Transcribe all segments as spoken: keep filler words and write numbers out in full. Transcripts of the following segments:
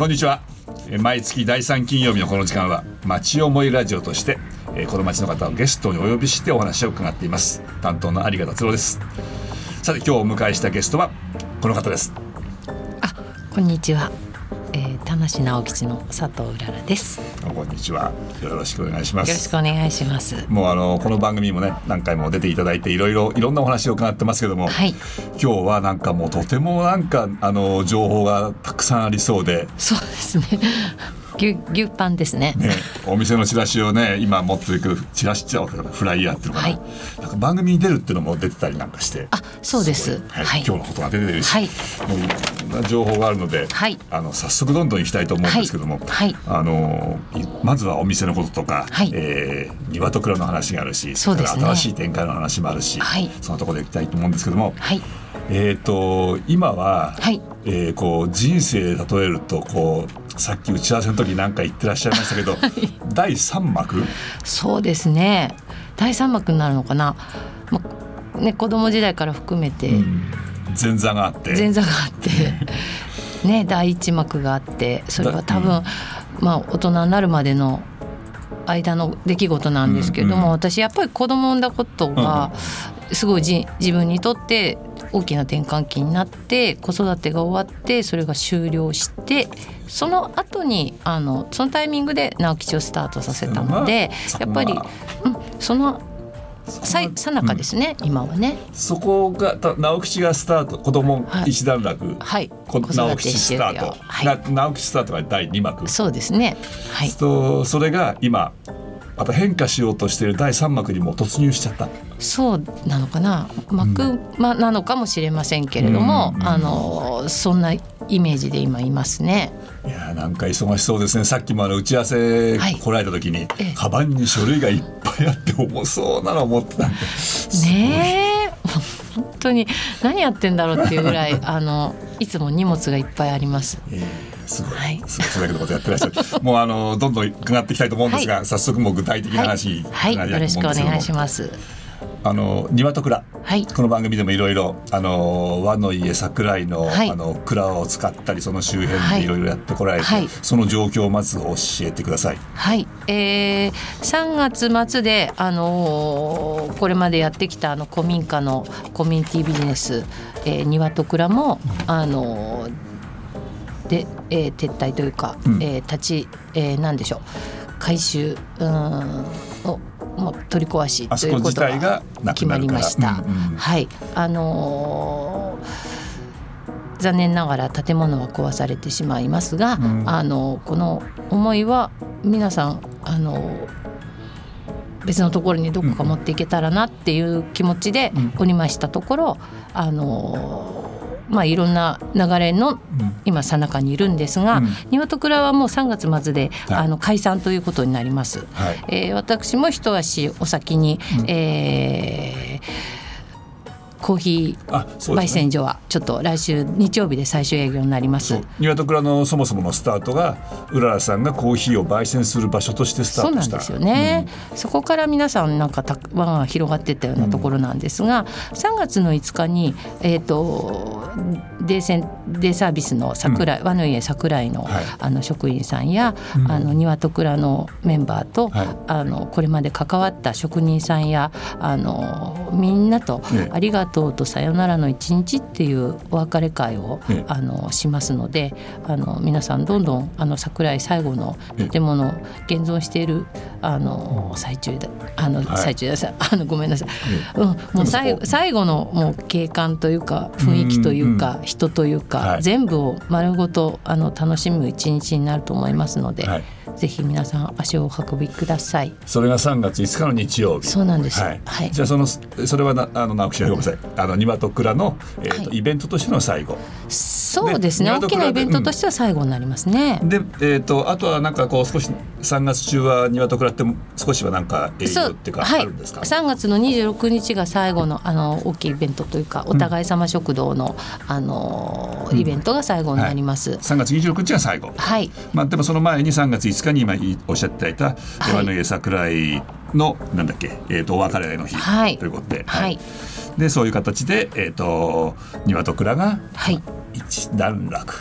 こんにちは。毎月だいさん金曜日のこの時間は町思いラジオとしてこの町の方をゲストにお呼びしてお話を伺っています。担当の有賀達郎です。さて今日お迎えしたゲストはこの方です。 あ、こんにちは、えー、田無直吉の佐藤うららです。 こんにちは、よろしくお願いします。 よろしくお願いします。 もうあのこの番組もね何回も出ていただいていろいろいろんなお話を伺ってますけども、はい、今日はなんかもうとてもなんかあの情報がたくさんありそうで。 そうですね牛, 牛パンです ね, ねお店のチラシをね今持っていくチラシってフライヤーっていうのかな、はい、なんか番組に出るっていうのも出てたりなんかして。 あ、そうです、 はいはい、 今日のことが出てるし、 はい、 もういろんな情報があるので、はい、あの早速どんどん行きたいと思うんですけども、はいはい、あのまずはお店のこととか、はい、えー、庭と蔵の話があるし、 そうですね、 新しい展開の話もあるし、はい、そのところで行きたいと思うんですけども、はい、えーと今は、はい、えー、こう人生で例えるとこうさっき打ち合わせの時なんか言ってらっしゃいましたけど、はい、だいさん幕。そうですね、 だいさん幕になるのかな、まね、子供時代から含めて、うん、 前座があって前座があってね、だいいち幕があって、それは多分、うん、まあ、大人になるまでの間の出来事なんですけれども、うんうん、私やっぱり子供を産んだことがすごいじ自分にとって大きな転換期になって、子育てが終わってそれが終了して、その後にあのそのタイミングで直吉をスタートさせたので、やっぱり、うん、そのさなかですね、うん、今はね。 そこが直吉がスタート、子供一段落、 はい、 直吉スタート、はい、直吉スタートがだいに幕。 そうですね、はい、 とそれが今また変化しようとしているだいさん幕にも突入しちゃった。 そうなのかな、幕間なのかもしれませんけれども、うん、あのそんなイメージで今いますね。 いやなんか忙しそうですね。さっきもあの打ち合わせ来られた時に、はい、カバンに書類がいっぱいあって重そうなのを持ってたんでねえ本当に何やってんだろうっていうぐらいあのいつも荷物がいっぱいあります。えーすごい、はい、すごいそれだけのことやってらっしゃるもうあのどんどん伺っていきたいと思うんですが、はい、早速もう具体的な話、 はいはい、よろしくお願いします。 あの庭と蔵、はい、この番組でもいろいろ和の家桜井 の,、はい、あの蔵を使ったりその周辺でいろいろやってこられて、はい、その状況をまず教えてください。 はい、えー、さんがつ末で、あのー、これまでやってきたあの古民家のコミュニティビジネス、えー、庭と蔵も、うん、あのーでえー、撤退というか、うん、えー、立ち、えー、なんでしょう改修うんをもう取り壊しということが決まりました。はい、あのー、残念ながら建物は壊されてしまいますが、うん、あのこの思いは皆さんあの別のところにどこか持っていけたらなっていう気持ちでおりましたところ、あのーまあ、いろんな流れの今最中にいるんですが、うん、庭と蔵はもうさんがつ末で、はい、あの解散ということになります、はい、えー、私も一足お先に、うん、えーコーヒー焙煎所はちょっと来週日曜日で最終営業になります。 庭と蔵のそもそものスタートがうららさんがコーヒーを焙煎する場所としてスタートした。 そうなんですよね、うん、そこから皆さんなんか輪が広がっていったようなところなんですが、うん、さんがつのいつかに、えーと、デイセンデイサービスの桜井、うん、和の家桜井 の,、はい、あの職員さんや、うん、あの庭と蔵のメンバーと、はい、あのこれまで関わった職人さんやあのみんなとありがとうとさよならの一日っていうお別れ会を、ええ、あのしますので、あの皆さんどんどんあの桜井最後の建物現存しているあの最中であの、はい、最中であのごめんなさい、ええ、うん、もう最後、最後のもう景観というか雰囲気というか人というか、はい、全部を丸ごとあの楽しむ一日になると思いますので、はい、ぜひ皆さん足をお運びください。 それがさんがついつかの日曜日。 そうなんです、 はいはい、じゃあそのそれはなあの直木さんごめんなさい、あの庭と蔵の、えーとはい、イベントとしての最後。 そうですね、大きなイベントとしては最後になりますね、 うん、で、えーと、あとはなんかこう少しさんがつ中は庭と蔵って少しはなんか営業っていうかあるんですか。 はい、さんがつのにじゅうろくにちが最後 の, あの大きいイベントというか、お互い様食堂 の,、うん、あのイベントが最後になります、うんはい、 さんがつにじゅうろくにちが最後、 はいまあ、でもその前にさんがついつかに今おっしゃっていただいた和の家桜井のなんだっけ、えー、とお別れの日、はい、ということで、はいはい、でそういう形で、えー、と庭と蔵が一段落、 一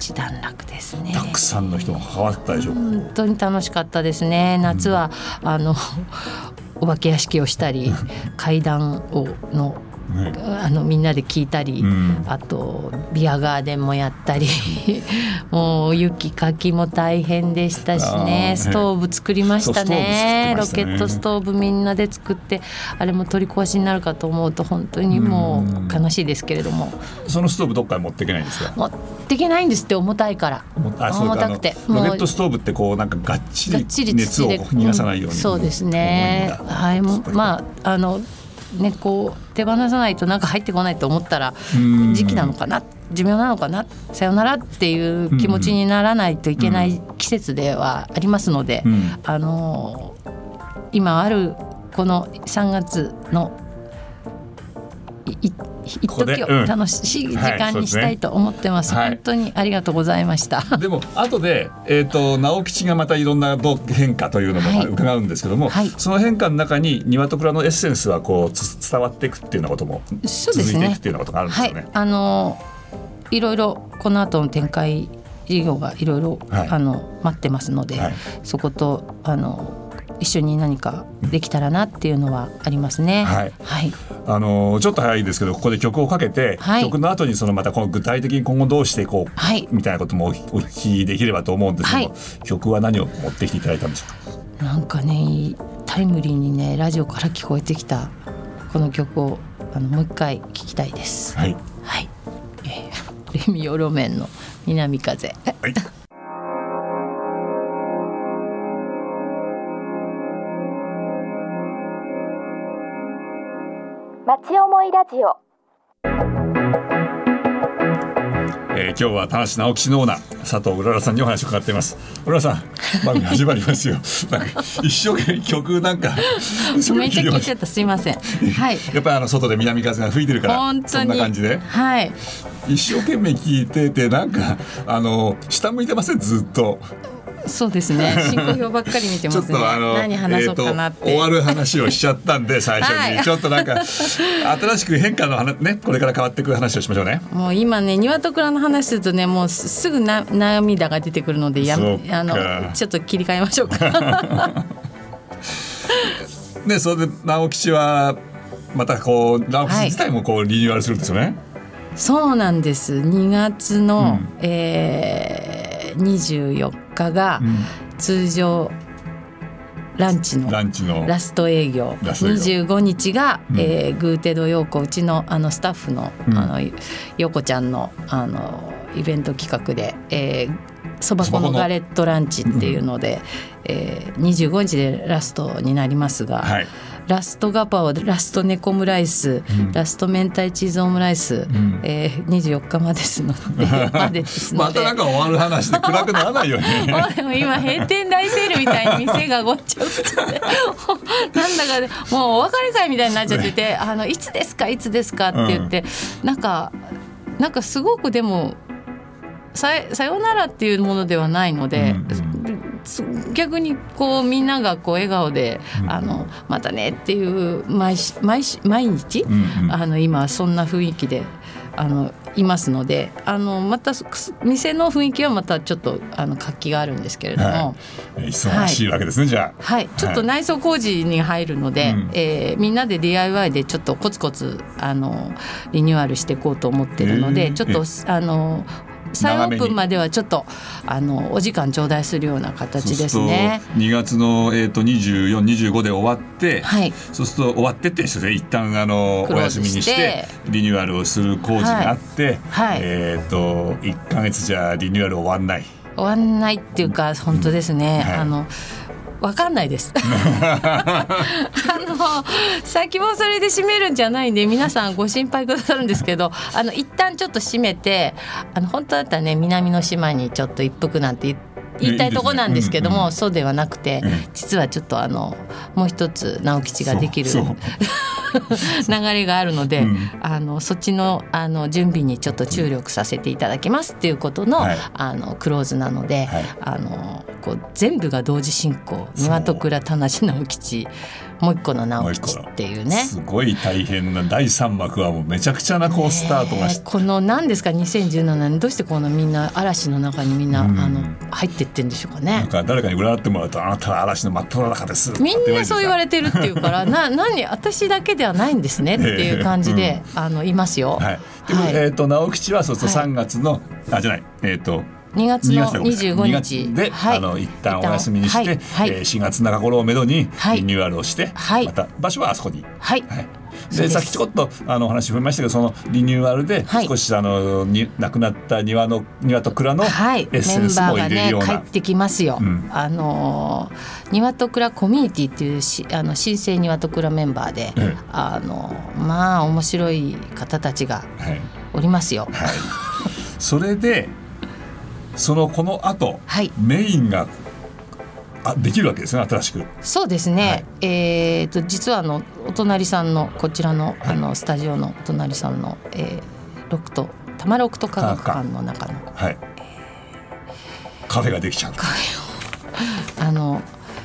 一段落ですね。 たくさんの人が関わったでしょ。 本当に楽しかったですね。夏は、うん、あのお化け屋敷をしたり階段をのね、あのみんなで聞いたり、うん、あとビアガーデンもやったりもう雪かきも大変でしたし ね, ねストーブ作りました ね, ねロケットストーブみんなで作って、あれも取り壊しになるかと思うと本当にもう悲しいですけれども、 そのストーブどっかに持っていけないんですか？ 持っていけないんですって、重たいから。 あそう重たくてロケットストーブってこうなんかがっちり熱を逃がさないように、うん、 そうですね、はい、まああのね、こう手放さないとなんか入ってこないと思ったら時期なのかな、寿命なのかな、さよならっていう気持ちにならないといけない季節ではありますので、うんうん、あの今あるこのさんがつのい一時を楽しい時間にしたいと思ってます、はい、本当にありがとうございました。 でも後で、えーと、直吉がまたいろんな変化というのも伺うんですけども、はい、その変化の中に庭と蔵のエッセンスはこう伝わっていくっていうようなことも続いていくっていうようなことがあるんですよね。はい、あのいろいろこの後の展開事業がいろいろあの待ってますので、はい、そことあの一緒に何かできたらなっていうのはありますね。はいはい、 あのちょっと早いですけどここで曲をかけて、はい、曲の後にそのまたこの具体的に今後どうしていこう、はい、みたいなこともお聞きできればと思うんですけど、はい、曲は何を持ってきていただいたんでしょうか？ なんかねタイムリーにねラジオから聞こえてきたこの曲をあのもう一回聴きたいです。はい、はいえー、レミオロメンの南風。はい町思いラジオ、えー、今日は田無直吉のオーナー佐藤うららさんにお話を伺っています。うららさん番組始まりますよ。なんか一生懸命曲なんかめっちゃ聞いてた、すいません、はい、 やっぱりあの外で南風が吹いてるから本当にそんな感じで、はい、一生懸命聞いててなんかあの下向いてませんずっと。 そうですね、進行表ばっかり見てますね。ちょっとあの何話そうかなって、 えー、終わる話をしちゃったんで最初に、はい、ちょっとなんか新しく変化の話、ね、これから変わっていく話をしましょうね。 もう今ね庭と蔵の話するとねもうすぐな涙が出てくるのでやあのちょっと切り替えましょうか。 ね、それで直吉はまたこう直吉自体もこうリニューアルするんですよね。はい、そうなんです。 にがつの、うんえーにじゅうよっかが通常ランチのラスト営業、にじゅうごにちが、うんえー、グーテドヨーコうちの、あのスタッフの、うん、あのヨーコちゃんの、あのイベント企画で、えーそば粉のガレットランチっていうので、うんえー、にじゅうごにちでラストになりますが、はい、ラストガパオ、ラストネコムライス、うん、ラスト明太チーズオムライス、うんえー、にじゅうよっかまでですのでまでですのでまたなんか終わる話で暗くならないよね。 でも今閉店大セールみたいに店がごっちゃごちゃでなんだかもうお別れ会みたいになっちゃっててあのいつですかいつですかって言って、うん、なんかなんかすごくでもさ, さよならっていうものではないので、うんうん、逆にこうみんながこう笑顔で、うん、あのまたねっていう毎, 毎, 毎日、うんうん、あの今そんな雰囲気であのいますのであのまた店の雰囲気はまたちょっとあの活気があるんですけれども、はい、忙しいわけですね、はい、じゃあ、 はい、ちょっと内装工事に入るので、はいえー、みんなで ディーアイワイ でちょっとコツコツあのリニューアルしていこうと思ってるので、えー、ちょっとあの再オープンまではちょっとあのお時間頂戴するような形ですね。 そうするとにがつの、えー、とにじゅうよん、にじゅうごで終わって、はい、そうすると終わってって一旦あのお休みにしてリニューアルをする工事があって、はいはいえー、といっかげつじゃリニューアル終わんない終わんないっていうか本当ですね、うんはい、あのわかんないですあの先もそれで閉めるんじゃないんで皆さんご心配くださるんですけどあの一旦ちょっと閉めてあの本当だったらね南の島にちょっと一服なんて言いたいとこなんですけども、いいですねうんうん、そうではなくて、うん、実はちょっとあのもう一つ直吉ができる流れがあるので、うん、あのそっち の, あの準備にちょっと注力させていただきますっていうこと の,、はい、あのクローズなので、はい、あのこう全部が同時進行、庭と蔵、田無直吉、もう一個の直吉っていうね、 すごい大変なだいさん幕はもうめちゃくちゃなこうスタートがして、 この何ですかにせんじゅうななねんどうしてこのみんな嵐の中にみんな、うん、あの入ってってんでしょうかね。 なんか誰かに占ってもらうと、あなたは嵐の真っ只中ですみんなそう言われてるっていうからな何私だけではないんですねっていう感じで、うん、あのいますよ。 はい、で、はい、えー、と直吉はそうそうさんがつの、はい、あじゃないえっ、ー、とにがつのにじゅうごにちで、はい、あの一旦お休みにして、はいはい、えー、しがつ中頃をめどにリニューアルをして、はい、また場所はあそこに、はいはい、でさっきちょっとあのお話しましたけど、そのリニューアルで少し、はい、あのに亡くなった庭の庭と蔵のエッセンスも入れるような、 はい、メンバーがね帰ってきますよ、うん、あの庭と蔵コミュニティっていうしあの新生庭と蔵メンバーで、うん、あのまあ面白い方たちがおりますよ、はいはい、 それでそのこの後、はい、メインがあできるわけですね、新しく。 そうですね、はい、えー、と実はあのお隣さんのこちら の, あのスタジオのお隣さんの、えー、ロクト多摩ロクト科学館の中の、 はい、えー、カフェができちゃう。 カフェをあの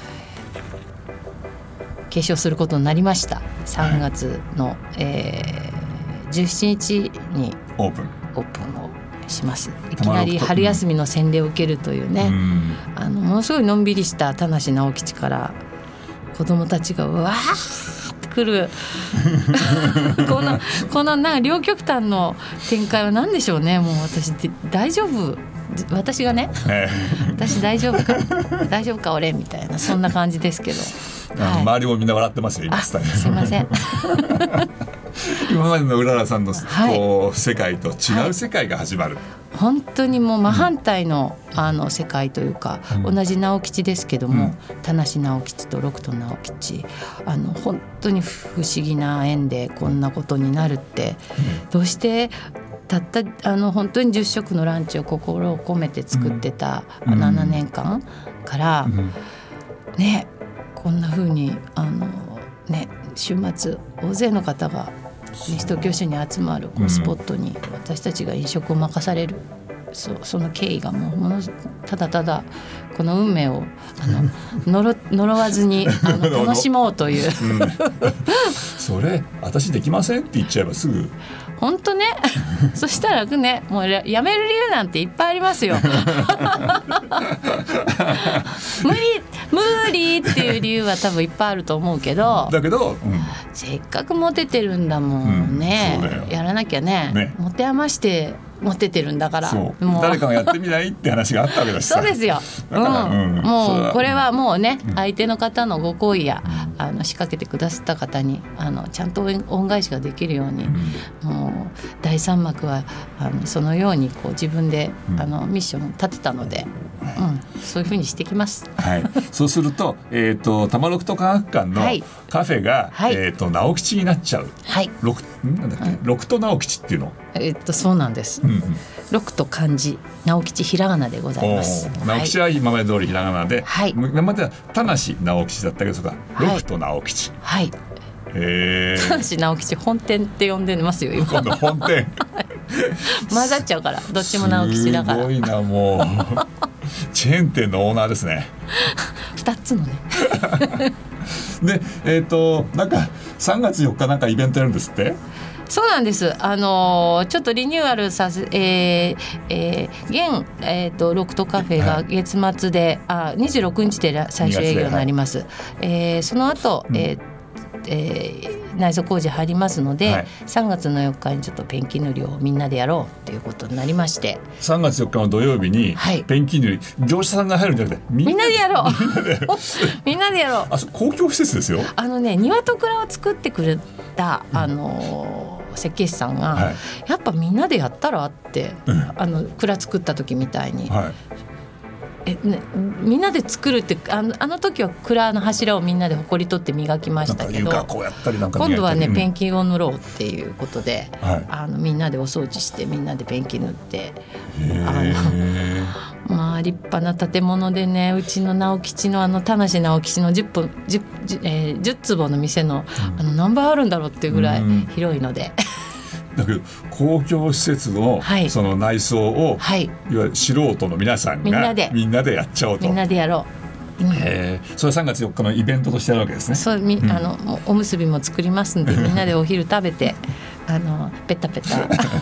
継承することになりました。さんがつの、はい、えー、じゅうしちにちにオープンオープンをします。いきなり春休みの洗礼を受けるというね、うん、あのものすごいのんびりした田無直吉から子どもたちがうわーってくるこのこのなんか両極端の展開は何でしょうね。もう私大丈夫私がね私大丈夫か大丈夫か俺みたいなそんな感じですけど、 はい、周りもみんな笑ってますよ今。 すいません今までのうららさんの、はい、こう世界と違う世界が始まる、はい、 本当にもう真反対 の,、うん、あの世界というか、うん、同じ直吉ですけども、うん、田無直吉と六斗直吉あの本当に不思議な縁でこんなことになるって、うん、どうしてたったあの本当にじゅっしょくのランチを心を込めて作ってたななねんかんから、うん、ねこんな風にあのね週末大勢の方が西東京市に集まるこうスポットに私たちが飲食を任される、うん、そ, その経緯がもうものただただこの運命をあの 呪, 呪わずにあの楽しもうという、うん、 それ私できませんって言っちゃえばすぐ本当ねそしたらねもうやめる理由なんていっぱいありますよ無理無理っていう理由は多分いっぱいあると思うけどだけど、うん、 せっかくモテてるんだもんね、うん、やらなきゃ ね, ね持て余してモテてるんだからそうもう誰かがやってみないって話があったわけだしそうですよ、うん、もうこれはもうね、うん、相手の方のご好意や、うん、あの仕掛けてくださった方にあのちゃんと恩返しができるように、うん、もうだいさん幕はあのそのようにこう自分で、うん、あのミッションを立てたので、うん、そういうふうにしてきます、 はい、そうすると、えーと、多摩ロクト科学館のカフェが、はいえーと、直吉になっちゃう、はい、ロクなんだっけ、うん、ロクト直吉っていうの、 えーと、そうなんです、うんうん、ロクト漢字直吉ひらがなでございます。 直吉は今まで通りひらがなで、はい、今までは田無直吉だったけどそうかロクト直吉、はい、へ田無直吉本店って呼んでますよ今今度本店混ざっちゃうからどっちも直吉だからすごいなもうチェーン店のオーナーですねふたつのねでえっ、ー、となんかさんがつよっかなんかイベントやるんですって。 そうなんです。あのー、ちょっとリニューアルさせ、えーえー、現、えー、とロクトカフェが月末で、はい、あにじゅうろくにちで最終営業になります。はいえー、その後、うんえーえー内装工事入りますので、はい、さんがつのよっかにちょっとペンキ塗りをみんなでやろうということになりましてさんがつよっかの土曜日にペンキ塗り、はい、業者さんが入るんじゃなくてみんなでやろうみんなでやろうあ公共施設ですよ。 あのね庭と蔵を作ってくれた、あのー、設計士さんが、はい、やっぱみんなでやったらって、うん、あの蔵作った時みたいに、はいえね、みんなで作るってあの、あの時は蔵の柱をみんなでほこり取って磨きましたけどこうやったりなんか今度はね、うん、ペンキを塗ろうっていうことで、はい、あのみんなでお掃除してみんなでペンキ塗ってあの、まあ、立派な建物でねうちの直吉のあの田無直吉の 10, 分 10, 10, えー、じゅっ坪の店の、うん、あの何倍あるんだろうっていうぐらい広いので、 だけど公共施設のその内装を、はい、いわゆる素人の皆さんがみんなで、みんなでやっちゃおうと。 みんなでやろう。うん、 えー、それはさんがつよっかのイベントとしてあるわけですね。 そう、み、うん、あのおむすびも作りますんでみんなでお昼食べてあのペタペタ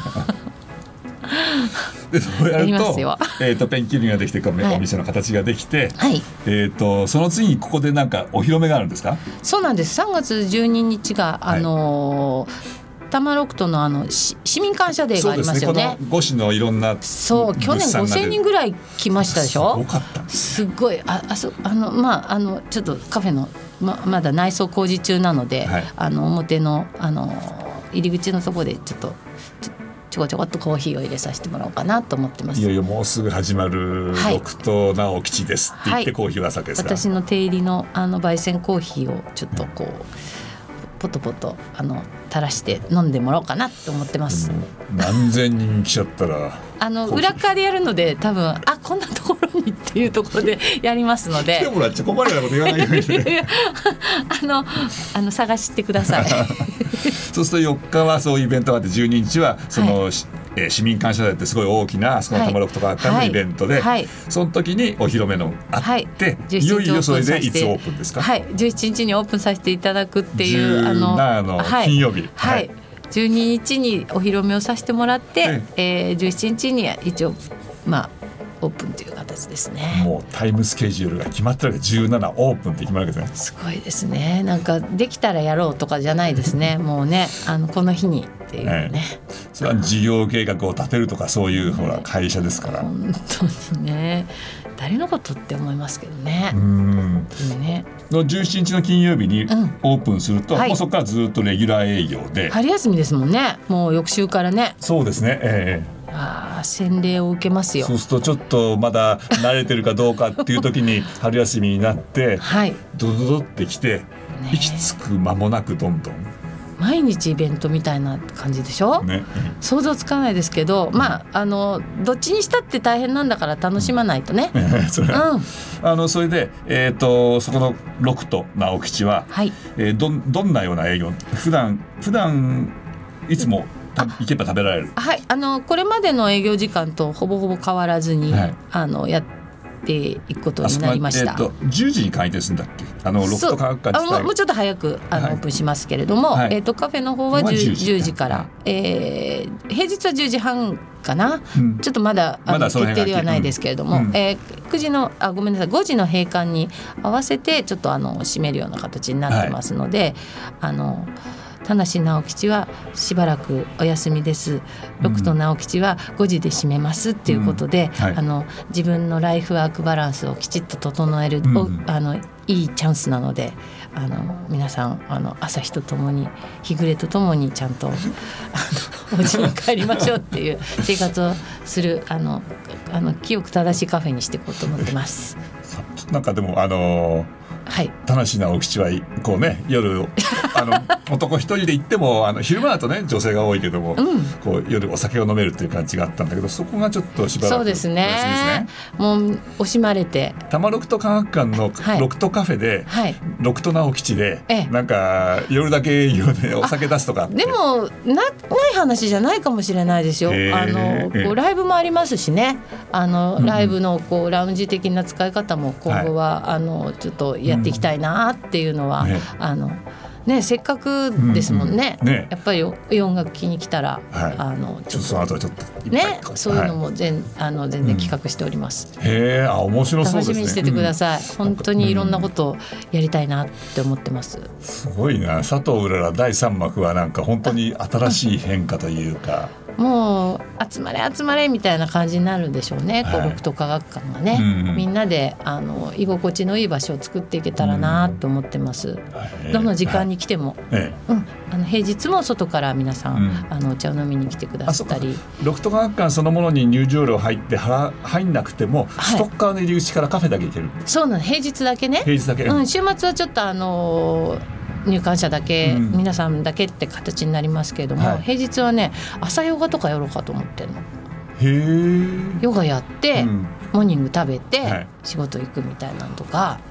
でそうやると、えー、とペンキ塗りができて、はい、お店の形ができて、はい、えー、とその次にここでなんかお披露目があるんですか？ そうなんです。さんがつじゅうににちが、あのーはい多摩ロクトのあの市民感謝デーがありますよね。そうですね、 このご市のいろんなそう去年ごせんにんぐらい来ましたでしょ。 すごかったです、 ね、すごいああそあのまああのちょっとカフェの ま, まだ内装工事中なので、はい、あの表のあの入り口のところでちょっとちょちょこちょこっとコーヒーを入れさせてもらおうかなと思ってます。 いよいよもうすぐ始まるロクト直吉ですって言って、はい、コーヒーは酒ですか？ 私の手入りのあの焙煎コーヒーをちょっとこう、うん、ポトポトあの垂らして飲んでもらおうかなと思ってます。 何千人来ちゃったらあの裏側でやるので多分あこんなところにっていうところでやりますので来てもらっちゃ困るようなこと言わないようにねあのあの探してくださいそうするとよっかはそういうイベントがあってじゅうににちはその、はい、えー、市民感謝祭ってすごい大きなその多摩ロクト科学館のイベントで、はいはい、その時にお披露目のあって、はい、いよいよそれでいつオープンですか？ はい、じゅうしちにちにオープンさせていただくっていうあのの金曜日、 はいはい、じゅうににちにお披露目をさせてもらって、はい、えー、じゅうしちにちに一応まあオープンという形ですね。 もうタイムスケジュールが決まったらじゅうしちオープンって決まるわけですね。 すごいですね。なんかできたらやろうとかじゃないですねもうねあのこの日にっていうね、はい、 それは事業計画を立てるとかそういうほら会社ですから、 本当にね誰のことって思いますけどね。うんねじゅうしちにちの金曜日にオープンすると、うんはい、もうそこからずっとレギュラー営業で春休みですもんね。もう翌週からね。 そうですね、えーあ洗礼を受けますよ。 そうするとちょっとまだ慣れてるかどうかっていう時に春休みになって、はい、ドドドってきて息つく間もなくどんどん毎日イベントみたいな感じでしょ、ね、想像つかないですけど、まあ、あのどっちにしたって大変なんだから楽しまないとね、 うんそれうん、あのそれで、えー、とそこのロクト直吉は、はいえー、ど, どんなような営業普段普段いつも行けば食べられる？ はい、あのこれまでの営業時間とほぼほぼ変わらずに、はい、あのやっていくことになりました。 えー、とじゅうじに開店するんだっけ？あのロクト科学館自体もうちょっと早くあの、はい、オープンしますけれども、はいえー、とカフェの方は 10, じゅうじから、はいえー、平日はじゅうじはんかな、うん、ちょっとまだあの、ま、決定ではないですけれども、うんえー、くじのあごめんなさいごじの閉館に合わせてちょっとあの閉めるような形になってますので、はい、あの田無直吉はしばらくお休みです。ロクト直吉はごじで閉めますっていうことで、うんはい、あの自分のライフワークバランスをきちっと整える、うん、あのいいチャンスなのであの皆さんあの朝日とともに日暮れとともにちゃんとあのお家に帰りましょうっていう生活をするあのあの清く正しいカフェにしていこうと思ってます。 なんかでもあのーはい、田無直吉はこうね夜あの男一人で行ってもあの昼間だとね女性が多いけども、うん、こう夜お酒を飲めるっていう感じがあったんだけどそこがちょっとしばらくそうですね、もう惜しまれて多摩ロクト科学館のロクトカフェで、はい、ロクト直吉で、はい、なんか夜だけ営業でお酒出すとかでも な, ない話じゃないかもしれないですよ、えー、あのこうライブもありますしねあのライブのこうラウンジ的な使い方も今後は、はい、あのちょっとやっていきたいなっていうのは、うんねあのね、せっかくですもんね、うんうんねやっぱり音楽聴きに来たら、はい、あのちょっとその後はちょっとねそういうのも全、はい、あの全然企画しております、 うん、へーあ面白そうですね。 楽しみにしててください、うん、本当にいろんなことをやりたいなって思ってます、 うん、すごいな佐藤うららだいさん幕はなんか本当に新しい変化というかもう集まれ集まれみたいな感じになるんでしょうね、はい、ロクト科学館がね、うんうん、みんなであの居心地のいい場所を作っていけたらなと思ってます、うん、どの時間に来ても、はいうん、あの平日も外から皆さん、うん、あのお茶を飲みに来てくださったりロクト科学館そのものに入場料入って入んなくても、はい、ストッカーの入り口からカフェだけ行ける。 そうなの平日だけね平日だけ、 うん、週末はちょっとあのー入館者だけ、うん、皆さんだけって形になりますけれども、はい、平日はね朝ヨガとかやろうかと思ってるの。 へーヨガやって、うん、モーニング食べて、はい、仕事行くみたいなのとか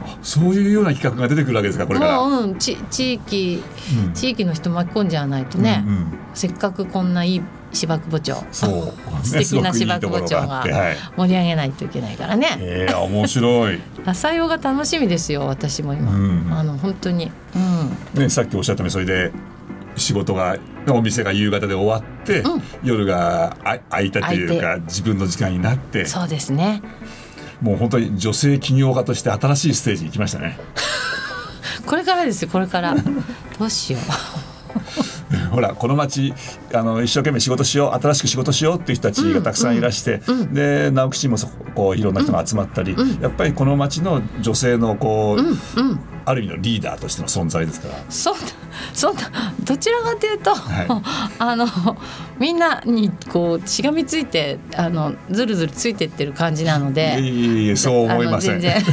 そういうような企画が出てくるわけですかこれから。 もう、うん、ち地域、うん、地域の人巻き込んじゃわないとね、うんうん、せっかくこんないい芝久保町、 そう、ね、 素敵な芝久保町が盛り上げないといけないからね。はい、 えー、面白い。 朝用が楽しみですよ私も今、うん、あの本当に、うんね、さっきおっしゃったようにそれで仕事がお店が夕方で終わって、うん、夜が空いたというか自分の時間になって。 そうですね。 もう本当に女性起業家として新しいステージに行きましたね。 これからですよこれからどうしようほらこの町あの一生懸命仕事しよう新しく仕事しようっていう人たちがたくさんいらして、うんうん、で直木市もそこういろんな人が集まったり、うん、やっぱりこの町の女性のこう、うんうん、ある意味のリーダーとしての存在ですから。 そんなそんなどちらかというと、はい、あのみんなにこうしがみついてあのずるずるついてってる感じなので。 いえいえそう思いません。全然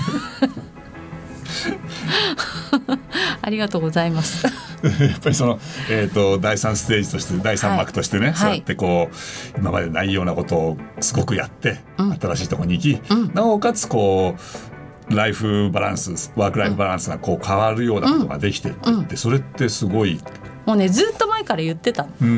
ありがとうございますやっぱりその、えーと、だいさんステージとしてだいさん幕としてね、はい、そうやってこう今までないようなことをすごくやって、うん、新しいところに行き、うん、なおかつこうライフバランスワークライフバランスがこう変わるようなことができてって、うん、それってすごいもうねずっと前から言ってたの、うんうん、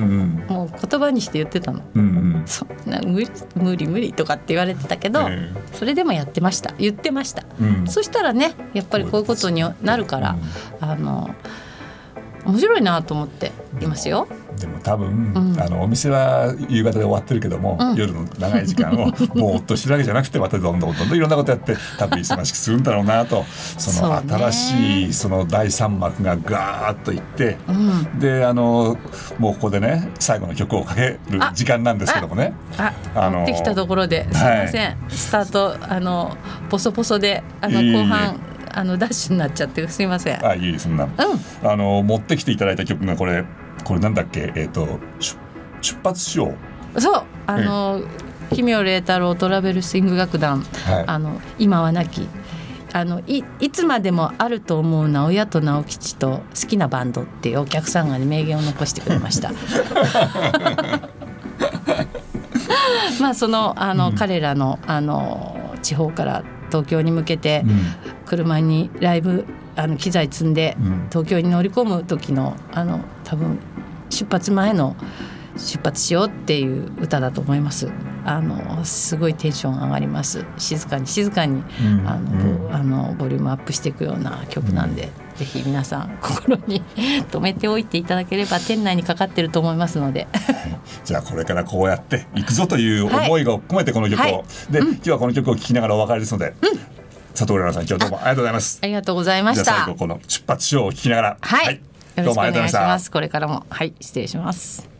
もう言葉にして言ってたの、うんうん、そんな無理無理無理とかって言われてたけど、えー、それでもやってました言ってました、うん、そしたらねやっぱりこういうことになるから、うん、あの面白いなと思っていますよ。 でも多分、うん、あのお店は夕方で終わってるけども、うん、夜の長い時間をぼーっとしてるわけじゃなくてまたどんどんどんどんいろんなことやって多分忙しくするんだろうなとその新しいそのだいさん幕がガーッといって、うん、であのもうここでね最後の曲をかける時間なんですけどもねあああの持ってきたところですいません、はい、スタートあのポソポソであの後半あのダッシュになっちゃってすいません。 あいいそんな、うん、あの持ってきていただいた曲がこれこれなんだっけえっ、ー、と出発しようそうあの、奇妙麗太郎トラベルスイング楽団、はい、あの今はなきあの い, いつまでもあると思う直哉と直吉と好きなバンドっていうお客さんが、ね、名言を残してくれましたまあそのあの、うん、彼らのあの地方から東京に向けて車にライブあの機材積んで東京に乗り込む時のあの多分出発前の出発しようっていう歌だと思います。あのすごいテンション上がります。静かに静かに、うん、あの、うん、あのボリュームアップしていくような曲なんで、うん、ぜひ皆さん心に留めておいていただければ店内にかかってると思いますのでじゃあこれからこうやっていくぞという思いが込めてこの曲を、はい、で、うん、今日はこの曲を聴きながらお別れですので、うん、佐藤玲奈さん今日どうもありがとうございます。 ありがとうございました。 じゃあ最後この出発しようを聴きながら、 はい、はい、よろしくお願いします。これからもはい失礼します。